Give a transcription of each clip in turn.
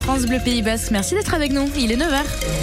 France Bleu Pays Basque. Merci d'être avec nous. Il est 9h.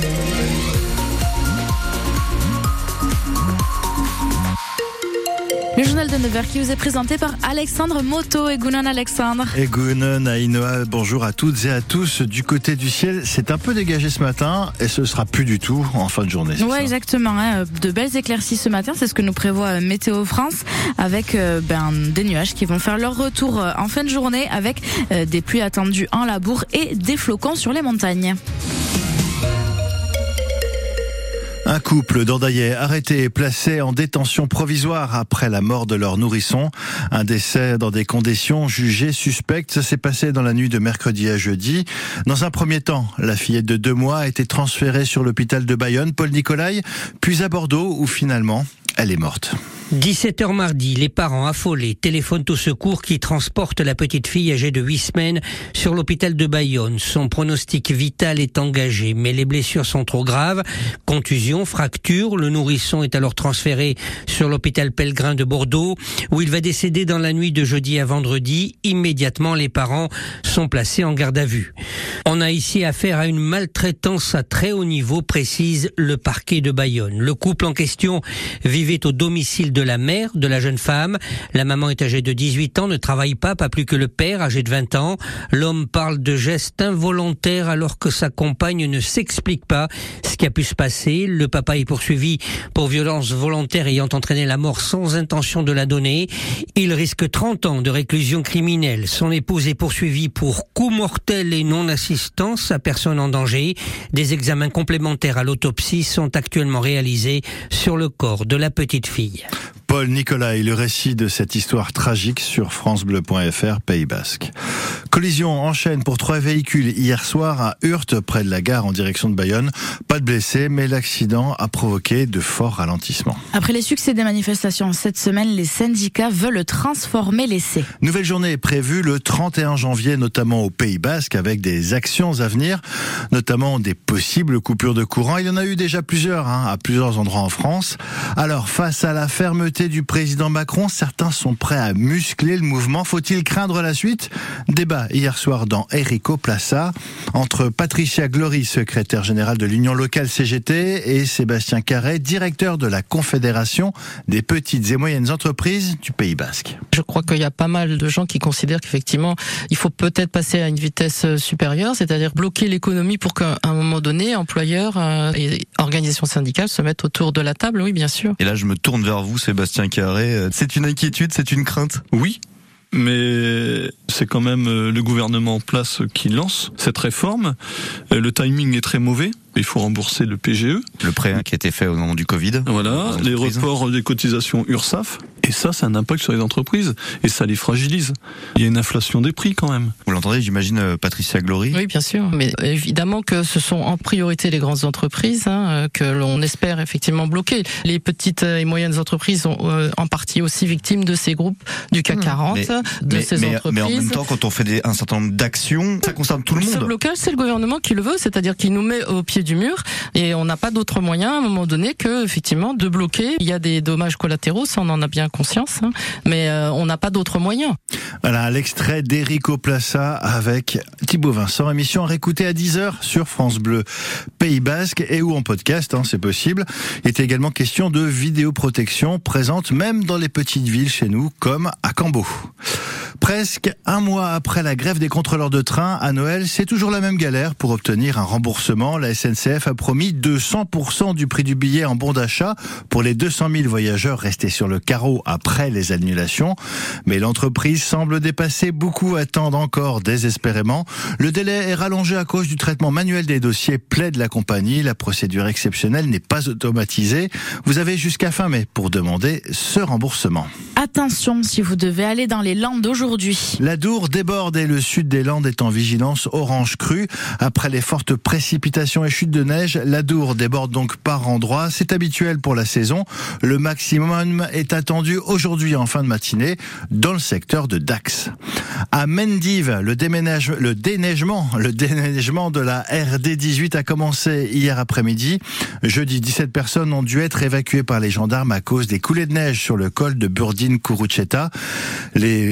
Le journal de 9h qui vous est présenté par Alexandre Moto. Egunon Alexandre. Egunon Ainoa, bonjour à toutes et à tous. Du côté du ciel, c'est un peu dégagé ce matin et ce sera plus du tout en fin de journée. Ouais, exactement. De belles éclaircies ce matin, c'est ce que nous prévoit Météo France, avec des nuages qui vont faire leur retour en fin de journée, avec des pluies attendues en labour et des flocons sur les montagnes. Un couple d'Andayais arrêté et placé en détention provisoire après la mort de leur nourrisson. Un décès dans des conditions jugées suspectes. Ça s'est passé dans la nuit de mercredi à jeudi. Dans un premier temps, la fillette de 2 mois a été transférée sur l'hôpital de Bayonne, Paul Nicolai, puis à Bordeaux où finalement elle est morte. 17h mardi, les parents affolés téléphonent au secours qui transporte la petite fille âgée de 8 semaines sur l'hôpital de Bayonne. Son pronostic vital est engagé, mais les blessures sont trop graves. Contusion, fracture, le nourrisson est alors transféré sur l'hôpital Pellegrin de Bordeaux, où il va décéder dans la nuit de jeudi à vendredi. Immédiatement, les parents sont placés en garde à vue. On a ici affaire à une maltraitance à très haut niveau, précise le parquet de Bayonne. Le couple en question vivait au domicile de la mère de la jeune femme. La maman est âgée de 18 ans, ne travaille pas plus que le père, âgé de 20 ans. L'homme parle de gestes involontaires alors que sa compagne ne s'explique pas ce qui a pu se passer. Le papa est poursuivi pour violence volontaire ayant entraîné la mort sans intention de la donner. Il risque 30 ans de réclusion criminelle. Son épouse est poursuivie pour coup mortel et non-assistance à personne en danger. Des examens complémentaires à l'autopsie sont actuellement réalisés sur le corps de la petite fille. Paul Nicolai, le récit de cette histoire tragique sur francebleu.fr Pays Basque. Collision en chaîne pour 3 véhicules hier soir à Hurte, près de la gare en direction de Bayonne. Pas de blessés, mais l'accident a provoqué de forts ralentissements. Après les succès des manifestations cette semaine, les syndicats veulent transformer l'essai. Nouvelle journée est prévue le 31 janvier, notamment au Pays Basque, avec des actions à venir, notamment des possibles coupures de courant. Il y en a eu déjà plusieurs, à plusieurs endroits en France. Alors, face à la fermeté du président Macron, certains sont prêts à muscler le mouvement. Faut-il craindre la suite ? Débat hier soir dans Enrico Plaza entre Patricia Glory, secrétaire générale de l'Union locale CGT, et Sébastien Carré, directeur de la Confédération des petites et moyennes entreprises du Pays Basque. Je crois qu'il y a pas mal de gens qui considèrent qu'effectivement, il faut peut-être passer à une vitesse supérieure, c'est-à-dire bloquer l'économie pour qu'à un moment donné, employeurs et organisations syndicales se mettent autour de la table, oui, bien sûr. Et là, je me tourne vers vous, Sébastien Carré. C'est une inquiétude, c'est une crainte ? Oui. Mais c'est quand même le gouvernement en place qui lance cette réforme. Le timing est très mauvais. Il faut rembourser le PGE. Le prêt qui a été fait au moment du Covid. Voilà, les reports des cotisations URSSAF. Et ça a un impact sur les entreprises. Et ça les fragilise. Il y a une inflation des prix quand même. Vous l'entendez, j'imagine, Patricia Glory ? Oui, bien sûr. Mais évidemment que ce sont en priorité les grandes entreprises que l'on espère effectivement bloquer. Les petites et moyennes entreprises sont en partie aussi victimes de ces groupes du CAC 40, ces entreprises. Mais en même temps, quand on fait un certain nombre d'actions, ça concerne tout le monde. Ce blocage, c'est le gouvernement qui le veut, c'est-à-dire qu'il nous met au pied du mur et on n'a pas d'autre moyen à un moment donné que effectivement de bloquer. Il y a des dommages collatéraux, ça on en a bien conscience, mais on n'a pas d'autre moyen. Voilà l'extrait d'Enrico Plaza avec Thibaut Vincent, émission à réécouter à 10h sur France Bleu Pays Basque et ou en podcast, c'est possible. Il était également question de vidéoprotection présente même dans les petites villes chez nous comme à Cambo. Presque un mois après la grève des contrôleurs de train, à Noël, c'est toujours la même galère pour obtenir un remboursement. La SNCF a promis 200% du prix du billet en bon d'achat pour les 200 000 voyageurs restés sur le carreau après les annulations. Mais l'entreprise semble dépasser, beaucoup attendent encore désespérément. Le délai est rallongé à cause du traitement manuel des dossiers, plaide la compagnie. La procédure exceptionnelle n'est pas automatisée. Vous avez jusqu'à fin mai pour demander ce remboursement. Attention si vous devez aller dans les Landes aujourd'hui. La Dour déborde et le sud des Landes est en vigilance orange crue. Après les fortes précipitations et chutes de neige, la Dour déborde donc par endroits. C'est habituel pour la saison. Le maximum est attendu aujourd'hui en fin de matinée dans le secteur de Dax. À Mendive, le déneigement de la RD 18 a commencé hier après-midi. Jeudi, 17 personnes ont dû être évacuées par les gendarmes à cause des coulées de neige sur le col de Burdine-Kurucheta. Les véhicules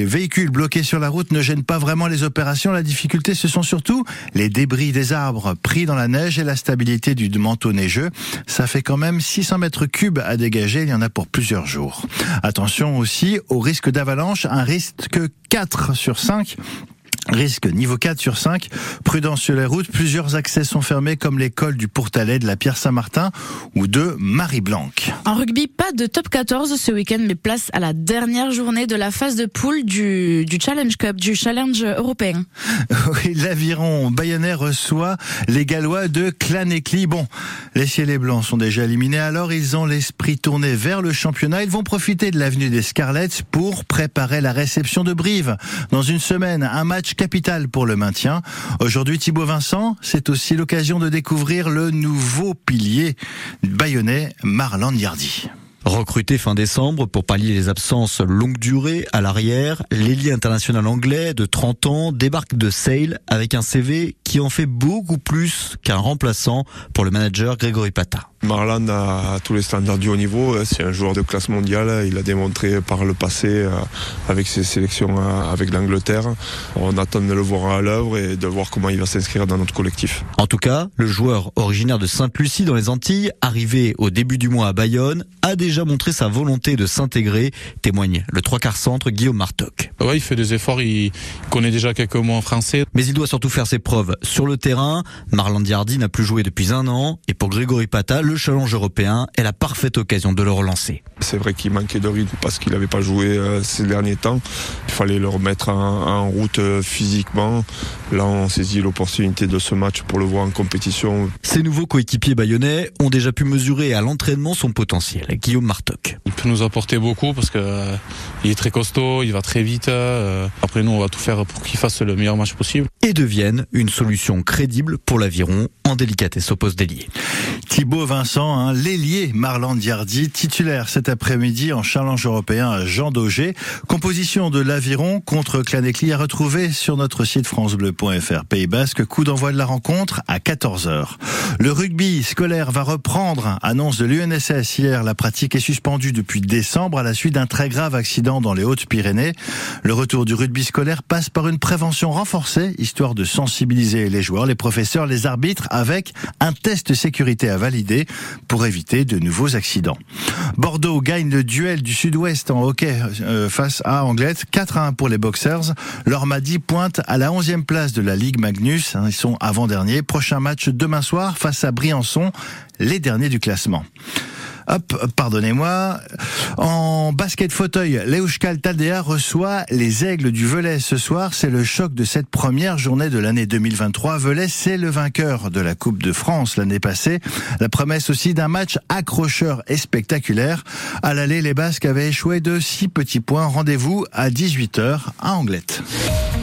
véhicules bloqués sur la route ne gênent pas vraiment les opérations. La difficulté, ce sont surtout les débris des arbres pris dans la neige et la stabilité du manteau neigeux. Ça fait quand même 600 mètres cubes à dégager. Il y en a pour plusieurs jours. Attention aussi au risque d'avalanche. Un risque 4 sur 5. Risque niveau 4 sur 5, prudence sur les routes, plusieurs accès sont fermés comme l'école du Pourtalais, de la Pierre-Saint-Martin ou de Marie-Blanc. En rugby, pas de top 14 ce week-end, mais place à la dernière journée de la phase de poule du Challenge Cup, du Challenge européen. Oui, l'Aviron bayonnais reçoit les Gallois de Clanecly. Bon, les ciels et blancs sont déjà éliminés, alors ils ont l'esprit tourné vers le championnat. Ils vont profiter de l'avenue des Scarlets pour préparer la réception de Brive. Dans une semaine, un match capital pour le maintien. Aujourd'hui, Thibaut Vincent, c'est aussi l'occasion de découvrir le nouveau pilier bayonnais, Marland Yardy. Recruté fin décembre pour pallier les absences longue durée à l'arrière, l'ailier international anglais de 30 ans débarque de Sale avec un CV qui en fait beaucoup plus qu'un remplaçant pour le manager Grégory Pata. Marland a tous les standards du haut niveau, c'est un joueur de classe mondiale, il a démontré par le passé avec ses sélections avec l'Angleterre. On attend de le voir à l'œuvre et de voir comment il va s'inscrire dans notre collectif. En tout cas, le joueur originaire de Sainte-Lucie dans les Antilles, arrivé au début du mois à Bayonne, a déjà montré sa volonté de s'intégrer, témoigne le 3/4 centre Guillaume Martoc. Ouais, il fait des efforts, il connaît déjà quelques mots en français. Mais il doit surtout faire ses preuves sur le terrain. Marland Yardy n'a plus joué depuis 1 an et pour Grégory Pata, le challenge européen est la parfaite occasion de le relancer. C'est vrai qu'il manquait de rythme parce qu'il n'avait pas joué ces derniers temps. Il fallait le remettre en route physiquement. Là, on saisit l'opportunité de ce match pour le voir en compétition. Ces nouveaux coéquipiers bayonnais ont déjà pu mesurer à l'entraînement son potentiel. Guillaume Martoc. Il peut nous apporter beaucoup parce que il est très costaud, il va très vite. Après, nous, on va tout faire pour qu'il fasse le meilleur match possible. Et devienne une solution crédible pour l'Aviron en délicatesse au poste d'ailier. Thibaut Vincent, l'ailier Marland Yardy, titulaire cet après-midi en challenge européen à Jean Daugé. Composition de l'Aviron contre Clanecly à retrouver sur notre site francebleu.fr Pays Basque. Coup d'envoi de la rencontre à 14h. Le rugby scolaire va reprendre. Annonce de l'UNSS hier. La pratique est suspendue depuis décembre à la suite d'un très grave accident dans les Hautes-Pyrénées. Le retour du rugby scolaire passe par une prévention renforcée, histoire de sensibiliser les joueurs, les professeurs, les arbitres avec un test sécurité à valider pour éviter de nouveaux accidents. Bordeaux gagne le duel du Sud-Ouest en hockey face à Anglette, 4-1 pour les Boxers. L'Ormadi pointe à la 11e place de la Ligue Magnus, ils sont avant-derniers. Prochain match demain soir face à Briançon, les derniers du classement. Pardonnez-moi. En basket fauteuil, l'Euskal Taldea reçoit les Aigles du Velay ce soir. C'est le choc de cette première journée de l'année 2023. Velay, c'est le vainqueur de la Coupe de France l'année passée. La promesse aussi d'un match accrocheur et spectaculaire. À l'aller, les Basques avaient échoué de 6 petits points. Rendez-vous à 18h à Anglette.